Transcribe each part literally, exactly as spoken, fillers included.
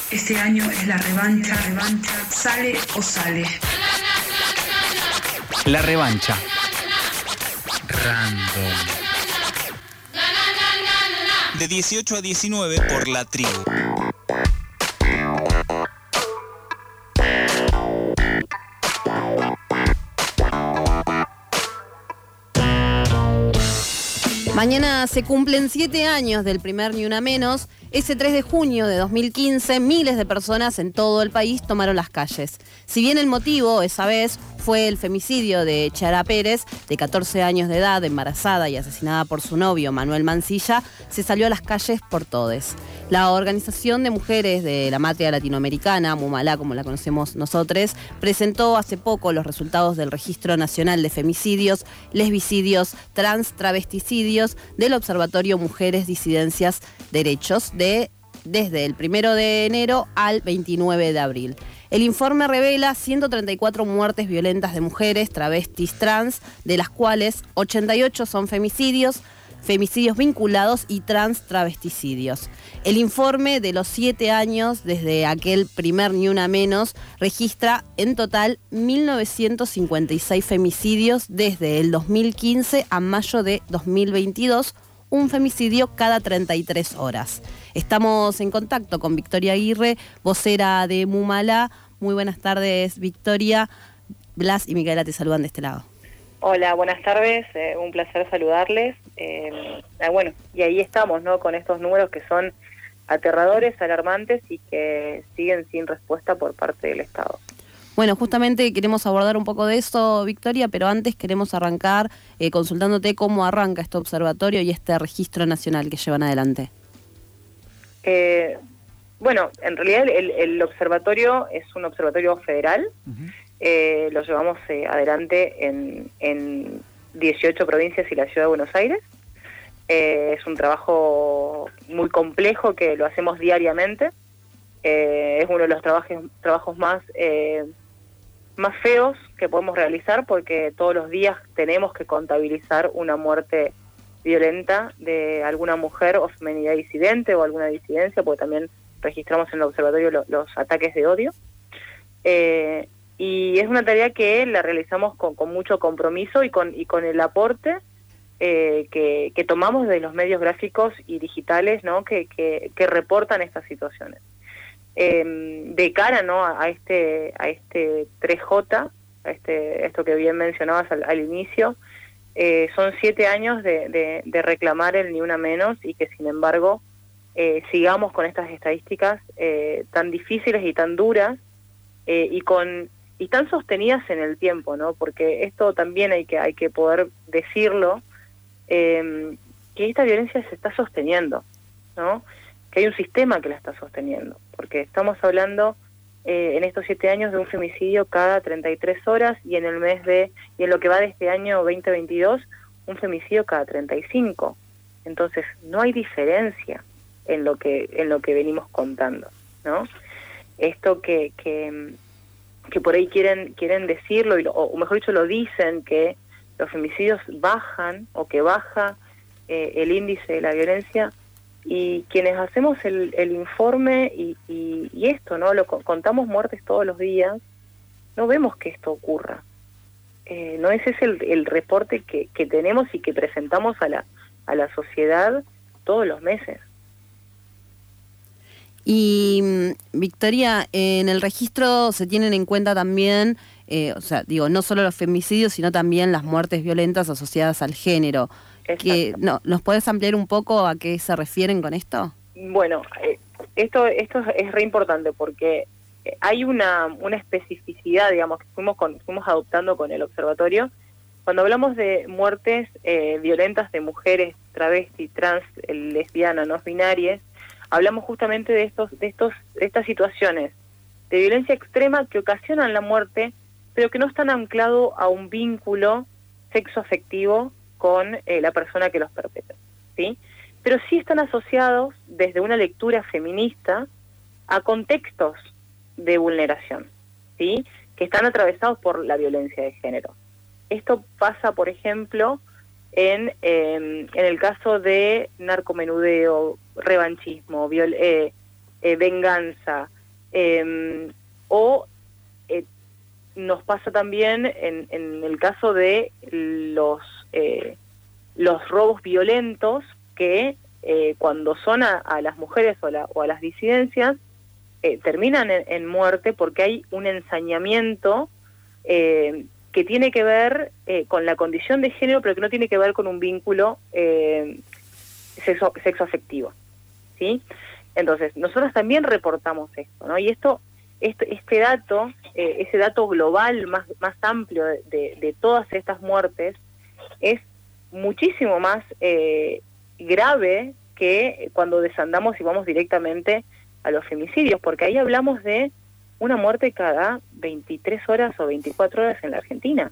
Este año es la revancha, revancha, sale o sale. La revancha. Random. De dieciocho a diecinueve por La Tribu. Mañana se cumplen siete años del primer Ni Una Menos. Ese tres de junio de dos mil quince, miles de personas en todo el país tomaron las calles. Si bien el motivo, esa vez, fue el femicidio de Chiara Pérez, de catorce años de edad, embarazada y asesinada por su novio, Manuel Mancilla, se salió a las calles por todes. La Organización de Mujeres de la Matria Latinoamericana, MUMALA, como la conocemos nosotros, presentó hace poco los resultados del Registro Nacional de Femicidios, Lesbicidios, Trans, Travesticidios del Observatorio Mujeres, Disidencias, Derechos, de, desde el primero de enero al veintinueve de abril. El informe revela ciento treinta y cuatro muertes violentas de mujeres, travestis, trans, de las cuales ochenta y ocho son femicidios, femicidios vinculados y trans travesticidios. El informe de los siete años desde aquel primer Ni Una Menos registra en total mil novecientos cincuenta y seis femicidios desde el dos mil quince a mayo de dos mil veintidós, un femicidio cada treinta y tres horas. Estamos en contacto con Victoria Aguirre, vocera de MUMALA. Muy buenas tardes, Victoria. Blas y Micaela te saludan de este lado. Hola, buenas tardes, eh, un placer saludarles. Eh, eh, bueno, y ahí estamos, ¿no? Con estos números que son aterradores, alarmantes y que siguen sin respuesta por parte del Estado. Bueno, justamente queremos abordar un poco de eso, Victoria, pero antes queremos arrancar eh, consultándote cómo arranca este observatorio y este registro nacional que llevan adelante. Eh, bueno, en realidad el, el observatorio es un observatorio federal. Uh-huh. Eh, lo llevamos eh, adelante en, en dieciocho provincias y la ciudad de Buenos Aires. Eh, es un trabajo muy complejo que lo hacemos diariamente. Eh, es uno de los trabajos, trabajos más, eh, más feos que podemos realizar porque todos los días tenemos que contabilizar una muerte violenta de alguna mujer o feminidad disidente o alguna disidencia, porque también registramos en el observatorio lo, los ataques de odio. Eh, y es una tarea que la realizamos con, con mucho compromiso y con, y con el aporte eh, que, que tomamos de los medios gráficos y digitales, ¿no? que, que, que reportan estas situaciones. Eh, de cara, ¿no? a, a este a este tres J, a este, esto que bien mencionabas al, al inicio, eh, son siete años de, de, de reclamar el Ni Una Menos y que sin embargo eh, sigamos con estas estadísticas eh, tan difíciles y tan duras eh, y con y tan sostenidas en el tiempo, ¿no? Porque esto también hay que hay que poder decirlo, eh, que esta violencia se está sosteniendo, ¿no? Que hay un sistema que la está sosteniendo, porque estamos hablando eh, en estos siete años de un femicidio cada treinta y tres horas y en el mes de, y en lo que va de este año veinte veintidós, un femicidio cada treinta y cinco. Entonces, no hay diferencia en lo que en lo que venimos contando, ¿no? Esto que que, que por ahí quieren quieren decirlo, y lo, o mejor dicho, lo dicen, que los femicidios bajan o que baja eh, el índice de la violencia. Y quienes hacemos el, el informe y, y, y esto, ¿no? Lo contamos muertes todos los días, no vemos que esto ocurra. Eh, no ese es el, el reporte que, que tenemos y que presentamos a la, a la sociedad todos los meses. Y, Victoria, en el registro se tienen en cuenta también, eh, o sea, digo, no solo los femicidios, sino también las muertes violentas asociadas al género. Que, no, ¿nos puedes ampliar un poco a qué se refieren con esto? Bueno, eh, esto esto es re importante porque hay una una especificidad, digamos, que fuimos con, fuimos adoptando con el observatorio. Cuando hablamos de muertes eh, violentas de mujeres, travesti, trans, lesbianas, no binarias, hablamos justamente de estos de estos de estas situaciones de violencia extrema que ocasionan la muerte, pero que no están anclados a un vínculo sexoafectivo con eh, la persona que los perpetra, ¿sí? Pero sí están asociados desde una lectura feminista a contextos de vulneración, ¿sí? Que están atravesados por la violencia de género. Esto pasa, por ejemplo, en, eh, en el caso de narcomenudeo, revanchismo, viol eh, eh, venganza, Eh, o eh, nos pasa también en, en el caso de los, eh, los robos violentos que eh, cuando son a, a las mujeres o, la, o a las disidencias, eh, terminan en, en muerte porque hay un ensañamiento eh, que tiene que ver eh, con la condición de género, pero que no tiene que ver con un vínculo eh, sexo, sexoafectivo, ¿sí? Entonces, nosotros también reportamos esto, ¿no? Y esto, este, este dato, eh, ese dato global más, más amplio de, de, de todas estas muertes, es muchísimo más eh, grave que cuando desandamos y vamos directamente a los femicidios, porque ahí hablamos de una muerte cada veintitrés horas o veinticuatro horas en la Argentina,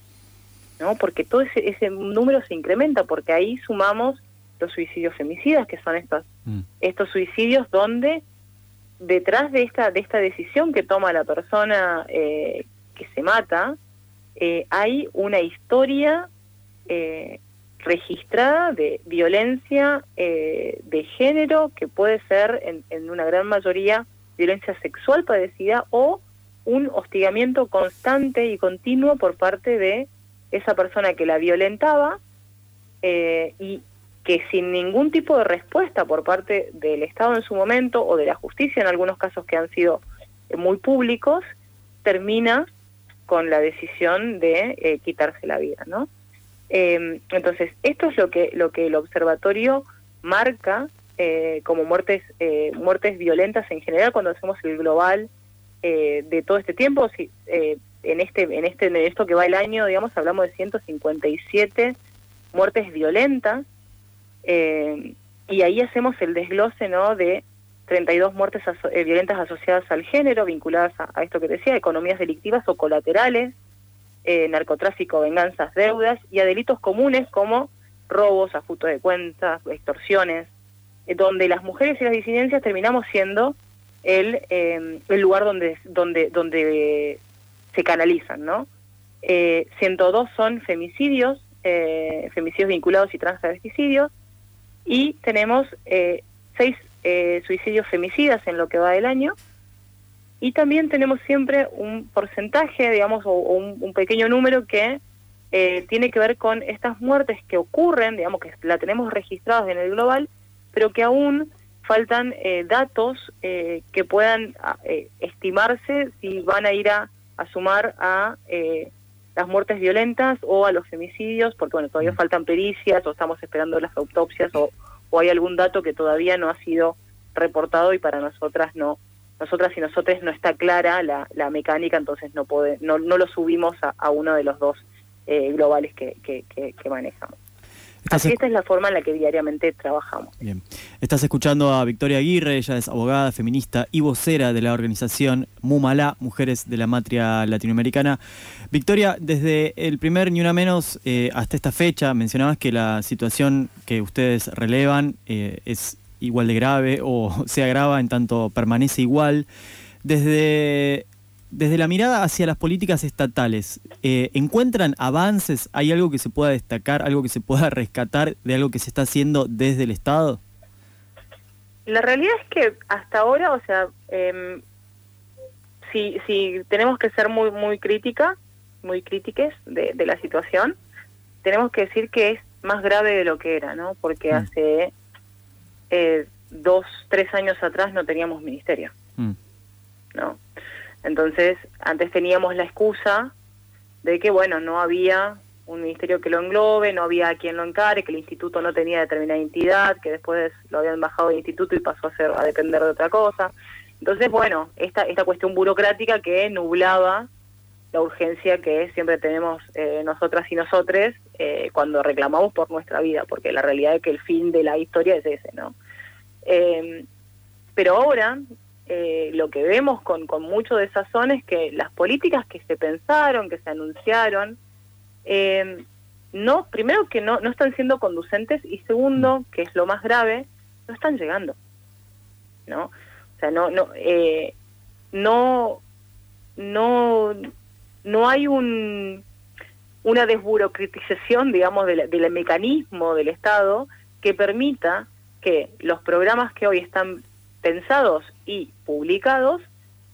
¿no? Porque todo ese, ese número se incrementa, porque ahí sumamos los suicidios femicidas, que son estos, mm. estos suicidios donde detrás de esta, de esta decisión que toma la persona eh, que se mata, eh, hay una historia eh, registrada de violencia eh, de género, que puede ser en, en una gran mayoría violencia sexual padecida o un hostigamiento constante y continuo por parte de esa persona que la violentaba eh, y que sin ningún tipo de respuesta por parte del Estado en su momento o de la justicia, en algunos casos que han sido muy públicos, termina con la decisión de eh, quitarse la vida, ¿no? Eh, entonces, esto es lo que, lo que el observatorio marca Eh, como muertes eh, muertes violentas en general cuando hacemos el global eh, de todo este tiempo. Si, eh, en este en este en esto que va el año, digamos, hablamos de ciento cincuenta y siete muertes violentas eh, y ahí hacemos el desglose, ¿no?, de treinta y dos muertes aso eh, violentas asociadas al género, vinculadas a, a esto que decía, economías delictivas o colaterales, eh, narcotráfico, venganzas, deudas, y a delitos comunes como robos, ajuste de cuentas, extorsiones, donde las mujeres y las disidencias terminamos siendo el, eh, el lugar donde, donde, donde se canalizan, ¿no? Eh, ciento dos son femicidios, eh, femicidios vinculados y transvesticidios, y tenemos eh, seis eh, suicidios femicidas en lo que va del año, y también tenemos siempre un porcentaje, digamos, o, o un, un pequeño número que eh, tiene que ver con estas muertes que ocurren, digamos, que la tenemos registradas en el global, pero que aún faltan eh, datos eh, que puedan eh, estimarse si van a ir a, a sumar a eh, las muertes violentas o a los femicidios, porque bueno, todavía faltan pericias o estamos esperando las autopsias o, o hay algún dato que todavía no ha sido reportado y para nosotras no, nosotras y nosotros no está clara la, la mecánica, entonces no, puede, no, no lo subimos a, a uno de los dos eh, globales que, que, que, que manejamos. Así esta es la forma en la que diariamente trabajamos. Bien. Estás escuchando a Victoria Aguirre, ella es abogada, feminista y vocera de la organización MUMALA, Mujeres de la Matria Latinoamericana. Victoria, desde el primer Ni Una Menos eh, hasta esta fecha, mencionabas que la situación que ustedes relevan eh, es igual de grave o se agrava en tanto permanece igual. Desde... Desde la mirada hacia las políticas estatales, eh, ¿encuentran avances? ¿Hay algo que se pueda destacar, algo que se pueda rescatar de algo que se está haciendo desde el Estado? La realidad es que hasta ahora, o sea, eh, si, si tenemos que ser muy muy crítica, muy críticas de, de la situación, tenemos que decir que es más grave de lo que era, ¿no? Porque mm. hace eh, dos, tres años atrás no teníamos ministerio, mm. ¿no? Entonces, antes teníamos la excusa de que, bueno, no había un ministerio que lo englobe, no había quien lo encare, que el instituto no tenía determinada entidad, que después lo habían bajado del instituto y pasó a ser a depender de otra cosa. Entonces, bueno, esta esta cuestión burocrática que nublaba la urgencia que siempre tenemos eh, nosotras y nosotres eh, cuando reclamamos por nuestra vida, porque la realidad es que el fin de la historia es ese, ¿no? Eh, pero ahora... Eh, lo que vemos con, con mucho de sazón es que las políticas que se pensaron, que se anunciaron, eh, no, primero que no, no están siendo conducentes y segundo, que es lo más grave, no están llegando, ¿no? O sea, no, no, eh, no, no, no hay un, una desburocratización, digamos, de la, del mecanismo del Estado que permita que los programas que hoy están pensados y publicados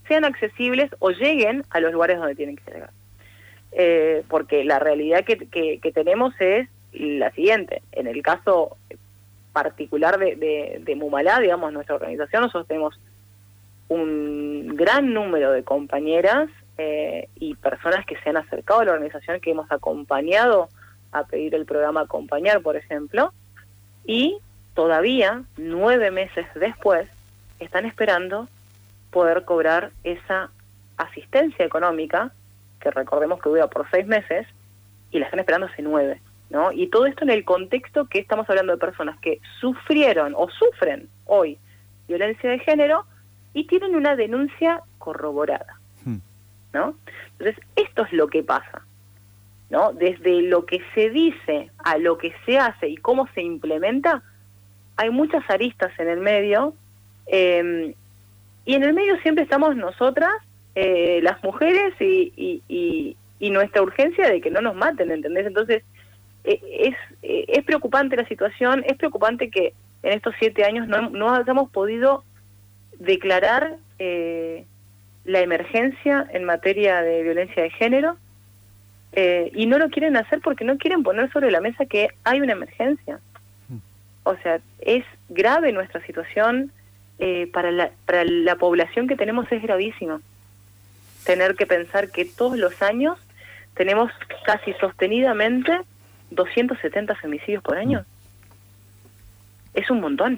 sean accesibles o lleguen a los lugares donde tienen que llegar. Eh, porque la realidad que, que, que tenemos es la siguiente. En el caso particular de, de, de Mumalá, digamos, nuestra organización, nosotros tenemos un gran número de compañeras eh, y personas que se han acercado a la organización, que hemos acompañado a pedir el programa Acompañar, por ejemplo, y todavía, nueve meses después, están esperando poder cobrar esa asistencia económica, que recordemos que dura por seis meses, y la están esperando hace nueve, ¿no? Y todo esto en el contexto que estamos hablando de personas que sufrieron o sufren hoy violencia de género y tienen una denuncia corroborada, ¿no? Entonces, esto es lo que pasa, ¿no? Desde lo que se dice a lo que se hace y cómo se implementa, hay muchas aristas en el medio, eh, y en el medio siempre estamos nosotras, eh, las mujeres, y, y, y, y nuestra urgencia de que no nos maten, ¿entendés? Entonces, eh, es, eh, es preocupante la situación, es preocupante que en estos siete años no, no hayamos podido declarar eh, la emergencia en materia de violencia de género, eh, y no lo quieren hacer porque no quieren poner sobre la mesa que hay una emergencia. O sea, es grave nuestra situación, eh, para, la, para la población que tenemos es gravísimo. Tener que pensar que todos los años tenemos casi sostenidamente doscientos setenta femicidios por año. Es un montón.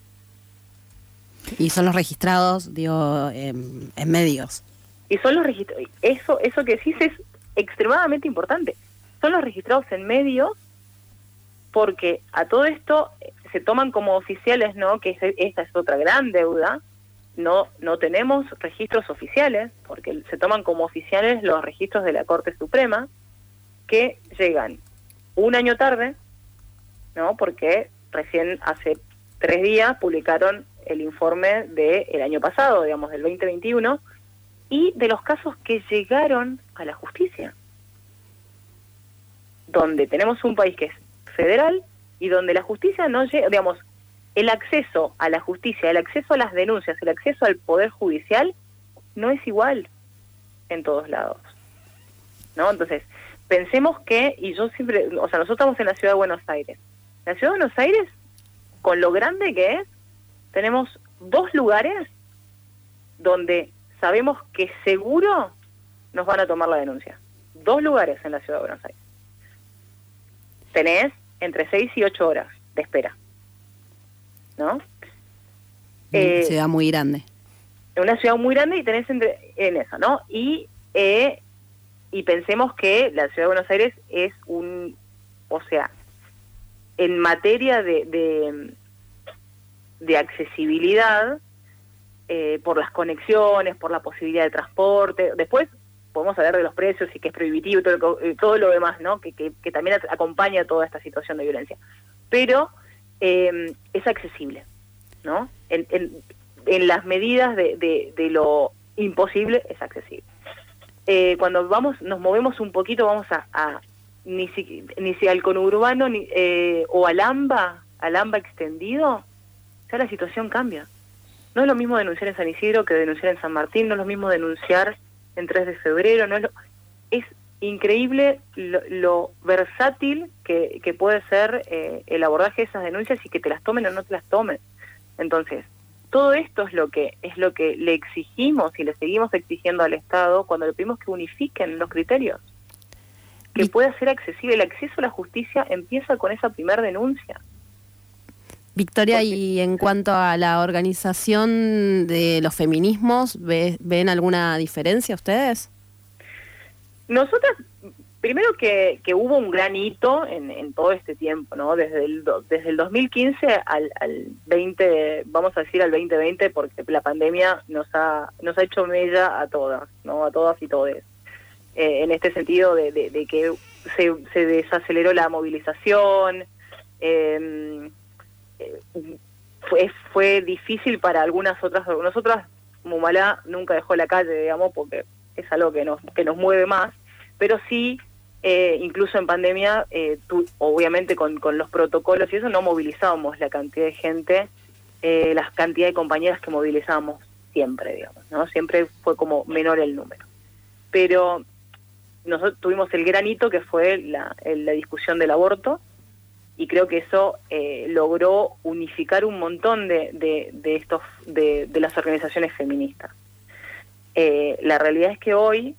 Y son los registrados, digo, en, en medios. Y son los registrados, eso, eso que decís es extremadamente importante. Son los registrados en medios, porque a todo esto se toman como oficiales, ¿no? Que es, esta es otra gran deuda. No, no tenemos registros oficiales, porque se toman como oficiales los registros de la Corte Suprema, que llegan un año tarde, ¿no? Porque recién hace tres días publicaron el informe del año pasado, digamos, del veinte veintiuno, y de los casos que llegaron a la justicia, donde tenemos un país que es federal y donde la justicia no llega, digamos, el acceso a la justicia, el acceso a las denuncias, el acceso al poder judicial no es igual en todos lados, ¿no? Entonces, pensemos que, y yo siempre, o sea, nosotros estamos en la ciudad de Buenos Aires. La ciudad de Buenos Aires, con lo grande que es, tenemos dos lugares donde sabemos que seguro nos van a tomar la denuncia. Dos lugares en la ciudad de Buenos Aires. Tenés entre seis y ocho horas de espera, ¿no? Una Eh, ciudad muy grande. una ciudad muy grande y tenés entre, en eso, ¿no? Y eh, y pensemos que la ciudad de Buenos Aires es un, o sea, en materia de de, de accesibilidad, eh, por las conexiones, por la posibilidad de transporte, después podemos hablar de los precios y que es prohibitivo y todo lo, todo lo demás, ¿no? Que, que, que también acompaña toda esta situación de violencia. Pero eh, es accesible, ¿no? En, en, en las medidas de, de, de lo imposible es accesible. Eh, cuando vamos, nos movemos un poquito, vamos a, a ni si, ni si al conurbano ni, eh, o al AMBA, al AMBA extendido, ya la situación cambia. No es lo mismo denunciar en San Isidro que denunciar en San Martín, no es lo mismo denunciar en tres de febrero, no es, lo, es increíble lo, lo versátil que, que puede ser eh, el abordaje de esas denuncias y que te las tomen o no te las tomen. Entonces, todo esto es lo que es lo que le exigimos y le seguimos exigiendo al Estado cuando le pedimos que unifiquen los criterios, que pueda ser accesible. El acceso a la justicia empieza con esa primera denuncia. Victoria, Porque, y en cuanto a la organización de los feminismos, ¿ve, ¿ven alguna diferencia ustedes? Nosotras, primero que, que hubo un gran hito en, en todo este tiempo, ¿no? Desde el, do, desde el dos mil quince al, al veinte, vamos a decir al veinte veinte, porque la pandemia nos ha nos ha hecho mella a todas, ¿no? A todas y todes. Eh, en este sentido de, de, de que se, se desaceleró la movilización, eh, fue fue difícil para algunas otras. Nosotras, Mumalá nunca dejó la calle, digamos, porque es algo que nos que nos mueve más, pero sí, eh, incluso en pandemia, eh, tú, obviamente con, con los protocolos y eso, no movilizábamos la cantidad de gente, eh, las cantidad de compañeras que movilizamos siempre, digamos, ¿no? Siempre fue como menor el número. Pero nosotros tuvimos el gran hito que fue la, la discusión del aborto, y creo que eso eh, logró unificar un montón de, de, de estos de, de las organizaciones feministas. Eh, la realidad es que hoy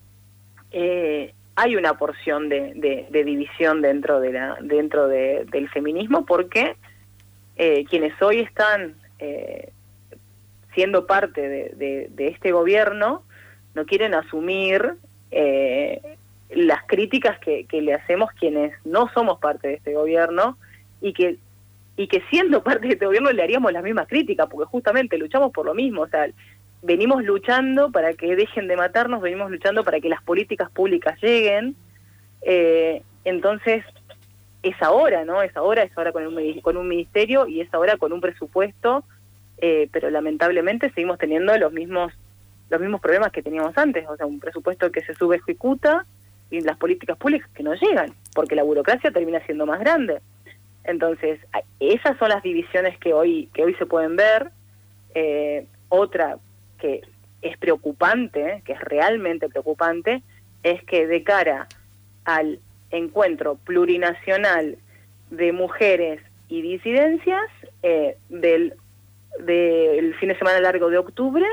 eh, hay una porción de, de, de división dentro de la dentro de, del feminismo, porque eh, quienes hoy están eh, siendo parte de, de, de este gobierno no quieren asumir eh, las críticas que, que le hacemos quienes no somos parte de este gobierno, y que y que siendo parte de este gobierno le haríamos las mismas críticas, porque justamente luchamos por lo mismo. O sea, venimos luchando para que dejen de matarnos, venimos luchando para que las políticas públicas lleguen, eh, entonces es ahora, ¿no? Es ahora, es ahora con un, con un ministerio, y es ahora con un presupuesto, eh, pero lamentablemente seguimos teniendo los mismos los mismos problemas que teníamos antes, o sea, un presupuesto que se subejecuta y las políticas públicas que no llegan, porque la burocracia termina siendo más grande. Entonces, esas son las divisiones que hoy que hoy se pueden ver. Eh, otra que es preocupante, que es realmente preocupante, es que de cara al encuentro plurinacional de mujeres y disidencias eh, del, del fin de semana largo de octubre,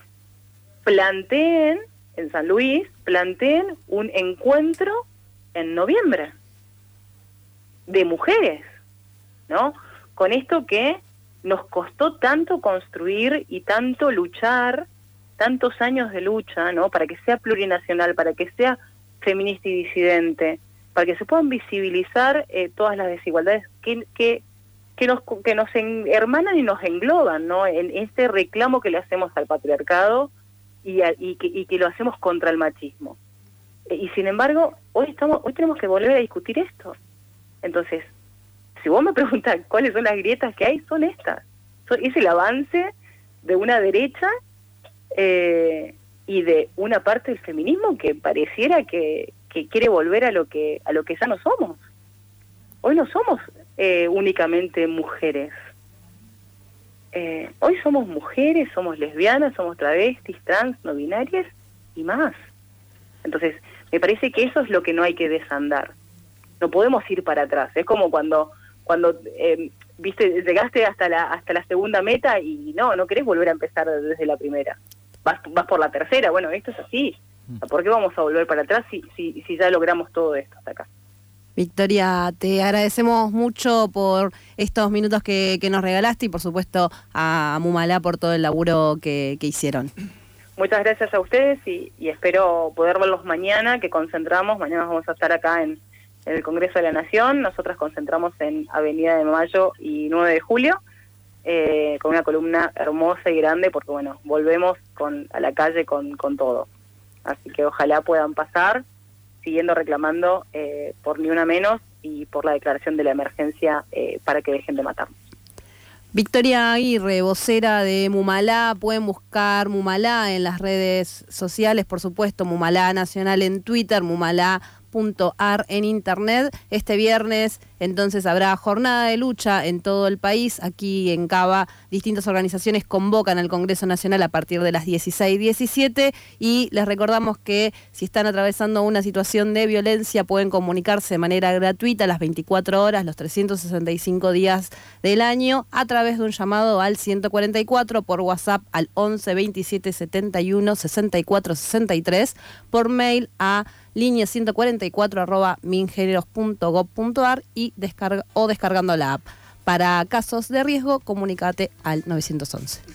planteen en San Luis, planteen un encuentro en noviembre de mujeres, ¿no? Con esto que nos costó tanto construir y tanto luchar, tantos años de lucha, ¿no? Para que sea plurinacional, para que sea feminista y disidente, para que se puedan visibilizar eh, todas las desigualdades que, que, que, nos, que nos en, hermanan y nos engloban, ¿no? En este reclamo que le hacemos al patriarcado y, a, y, que, y que lo hacemos contra el machismo. Eh, y sin embargo, hoy, estamos, hoy tenemos que volver a discutir esto. Entonces, si vos me preguntás cuáles son las grietas que hay, son estas. Es el avance de una derecha eh, y de una parte del feminismo que pareciera que, que quiere volver a lo que a lo que ya no somos. Hoy no somos eh, únicamente mujeres. Eh, hoy somos mujeres, somos lesbianas, somos travestis, trans, no binarias y más. Entonces, me parece que eso es lo que no hay que desandar. No podemos ir para atrás. Es como cuando cuando eh, viste llegaste hasta la hasta la segunda meta y no no querés volver a empezar desde la primera. Vas vas por la tercera. Bueno, esto es así. ¿Por qué vamos a volver para atrás si si si ya logramos todo esto hasta acá? Victoria, te agradecemos mucho por estos minutos que, que nos regalaste, y por supuesto a Mumalá por todo el laburo que, que hicieron. Muchas gracias a ustedes y, y espero poder verlos mañana, que concentramos. Mañana vamos a estar acá en en el Congreso de la Nación. Nosotras concentramos en Avenida de Mayo y nueve de julio, eh, con una columna hermosa y grande, porque bueno, volvemos con a la calle con, con todo. Así que ojalá puedan pasar, siguiendo reclamando eh, por Ni Una Menos y por la declaración de la emergencia eh, para que dejen de matarnos. Victoria Aguirre, vocera de Mumalá. Pueden buscar Mumalá en las redes sociales, por supuesto, Mumalá Nacional en Twitter, Mumalá punto ar en internet. Este viernes entonces habrá jornada de lucha en todo el país. Aquí en Cava distintas organizaciones convocan al Congreso Nacional a partir de las dieciséis diecisiete, y les recordamos que si están atravesando una situación de violencia pueden comunicarse de manera gratuita las veinticuatro horas, los trescientos sesenta y cinco días del año, a través de un llamado al ciento cuarenta y cuatro, por WhatsApp al once veintisiete setenta y uno sesenta y cuatro sesenta y tres, por mail a línea ciento cuarenta y cuatro arroba mingeneros punto gob punto ar y descarga o descargando la app. Para casos de riesgo, comunícate al nueve once.